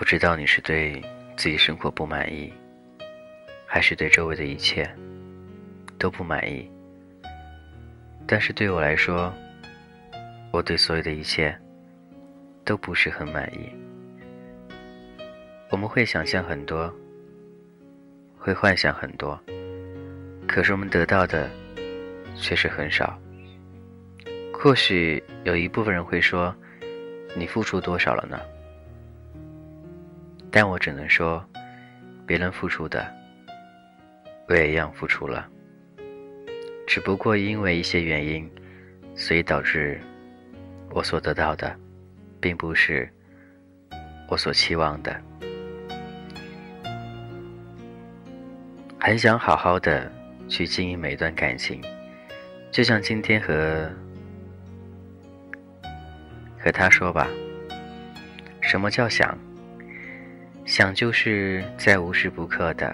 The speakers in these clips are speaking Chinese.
知道你是对自己生活不满意，还是对周围的一切都不满意。但是对我来说，我对所有的一切都不是很满意。我们会想象很多，会幻想很多，可是我们得到的却是很少。或许有一部分人会说，你付出多少了呢？但我只能说，别人付出的，我也一样付出了。只不过因为一些原因，所以导致我所得到的，并不是我所期望的。很想好好的去经营每一段感情，就像今天和他说吧，什么叫想？想就是在无时不刻的。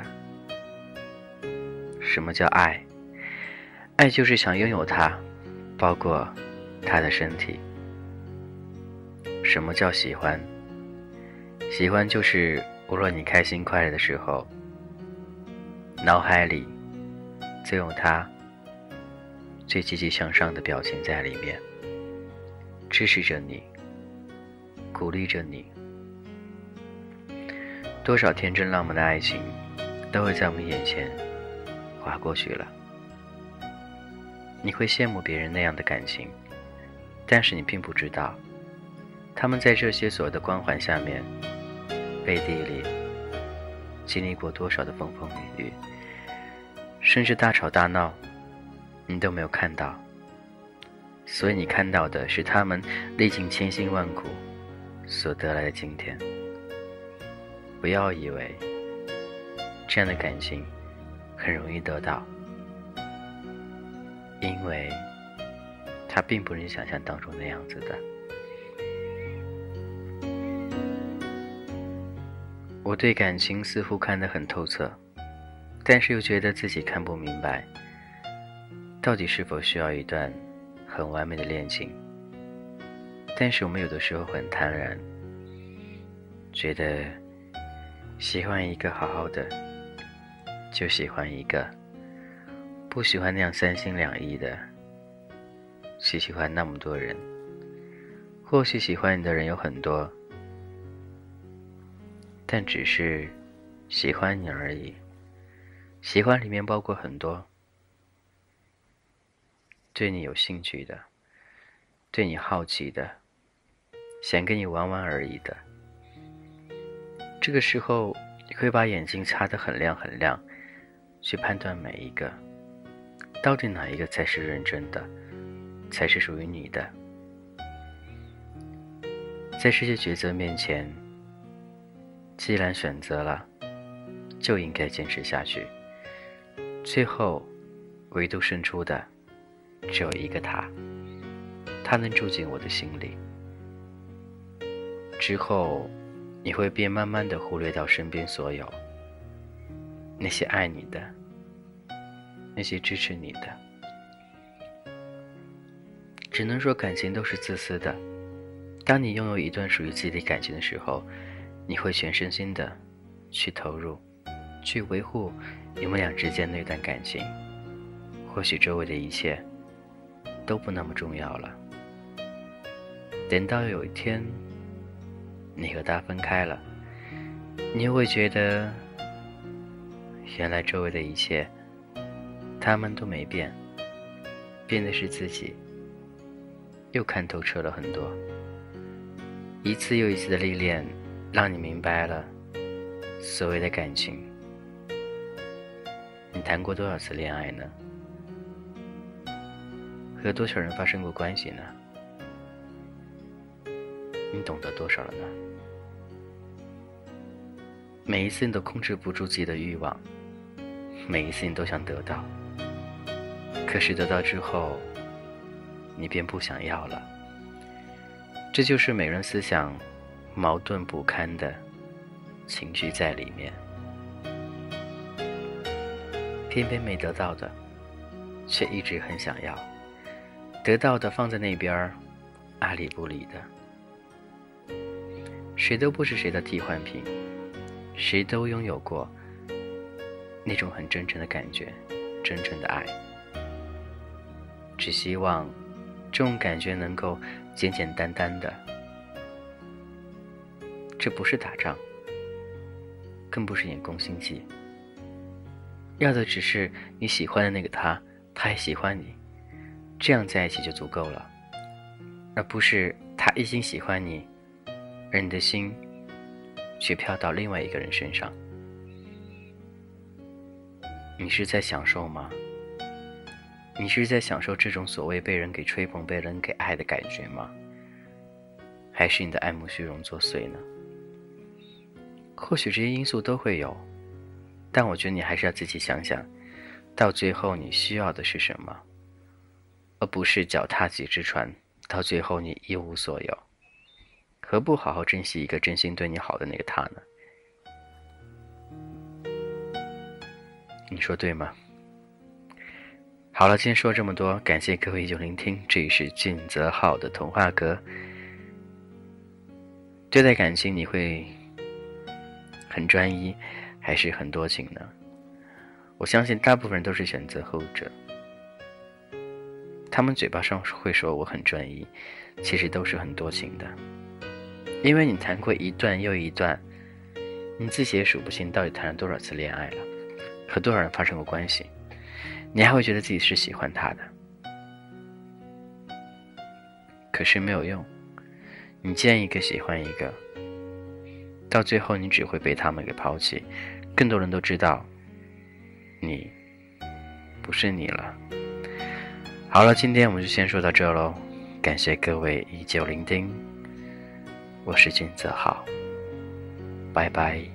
什么叫爱？爱就是想拥有他，包括他的身体。什么叫喜欢？喜欢就是无论你开心快乐的时候，脑海里就有他最积极向上的表情在里面，支持着你，鼓励着你。多少天真浪漫的爱情都会在我们眼前划过去了。你会羡慕别人那样的感情，但是你并不知道，他们在这些所有的光环下面，背地里经历过多少的风风雨雨，甚至大吵大闹你都没有看到。所以你看到的是他们历尽千辛万苦所得来的今天。不要以为这样的感情很容易得到，因为它并不是你想象当中那样子的。我对感情似乎看得很透彻，但是又觉得自己看不明白，到底是否需要一段很完美的恋情。但是我们有的时候很坦然，觉得喜欢一个好好的就喜欢一个，不喜欢那样三心两意的去喜欢那么多人。或许喜欢你的人有很多，但只是喜欢你而已。喜欢里面包括很多对你有兴趣的，对你好奇的，想跟你玩玩而已的。这个时候你会把眼睛擦得很亮很亮，去判断每一个到底哪一个才是认真的，才是属于你的。在这些抉择面前，既然选择了，就应该坚持下去。最后唯独胜出的只有一个他，他能住进我的心里。之后你会便慢慢地忽略到身边所有那些爱你的，那些支持你的。只能说感情都是自私的，当你拥有一段属于自己的感情的时候，你会全身心的去投入，去维护你们俩之间那段感情。或许周围的一切都不那么重要了。等到有一天你和他分开了，你又会觉得原来周围的一切他们都没变，变的是自己。又看透彻了很多，一次又一次的历练让你明白了所谓的感情。你谈过多少次恋爱呢？和多少人发生过关系呢？你懂得多少了呢？每一次你都控制不住自己的欲望，每一次你都想得到，可是得到之后你便不想要了。这就是每人思想矛盾不堪的情绪在里面。偏偏没得到的却一直很想要，得到的放在那边爱理不理的。 谁都不是谁的替换品，谁都拥有过那种很真诚的感觉，真正的爱。只希望这种感觉能够简简单单的，这不是打仗，更不是演宫心计，要的只是你喜欢的那个他，他也喜欢你，这样在一起就足够了，而不是他一心喜欢你，而你的心却飘到另外一个人身上。你是在享受吗？你是在享受这种所谓被人给吹捧、被人给爱的感觉吗？还是你的爱慕虚荣作祟呢？或许这些因素都会有，但我觉得你还是要自己想想，到最后你需要的是什么，而不是脚踏几只船，到最后你一无所有。何不好好珍惜一个真心对你好的那个他呢？你说对吗？好了，今天说这么多，感谢各位依旧聆听，这里是俊泽浩的童话阁。对待感情你会很专一还是很多情呢？我相信大部分人都是选择后者，他们嘴巴上会说我很专一，其实都是很多情的。因为你谈过一段又一段，你自己也数不清到底谈了多少次恋爱了，和多少人发生过关系，你还会觉得自己是喜欢他的，可是没有用。你见一个喜欢一个，到最后你只会被他们给抛弃，更多人都知道你不是你了。好了，今天我们就先说到这咯，感谢各位依旧聆听，我是俊泽浩，拜拜。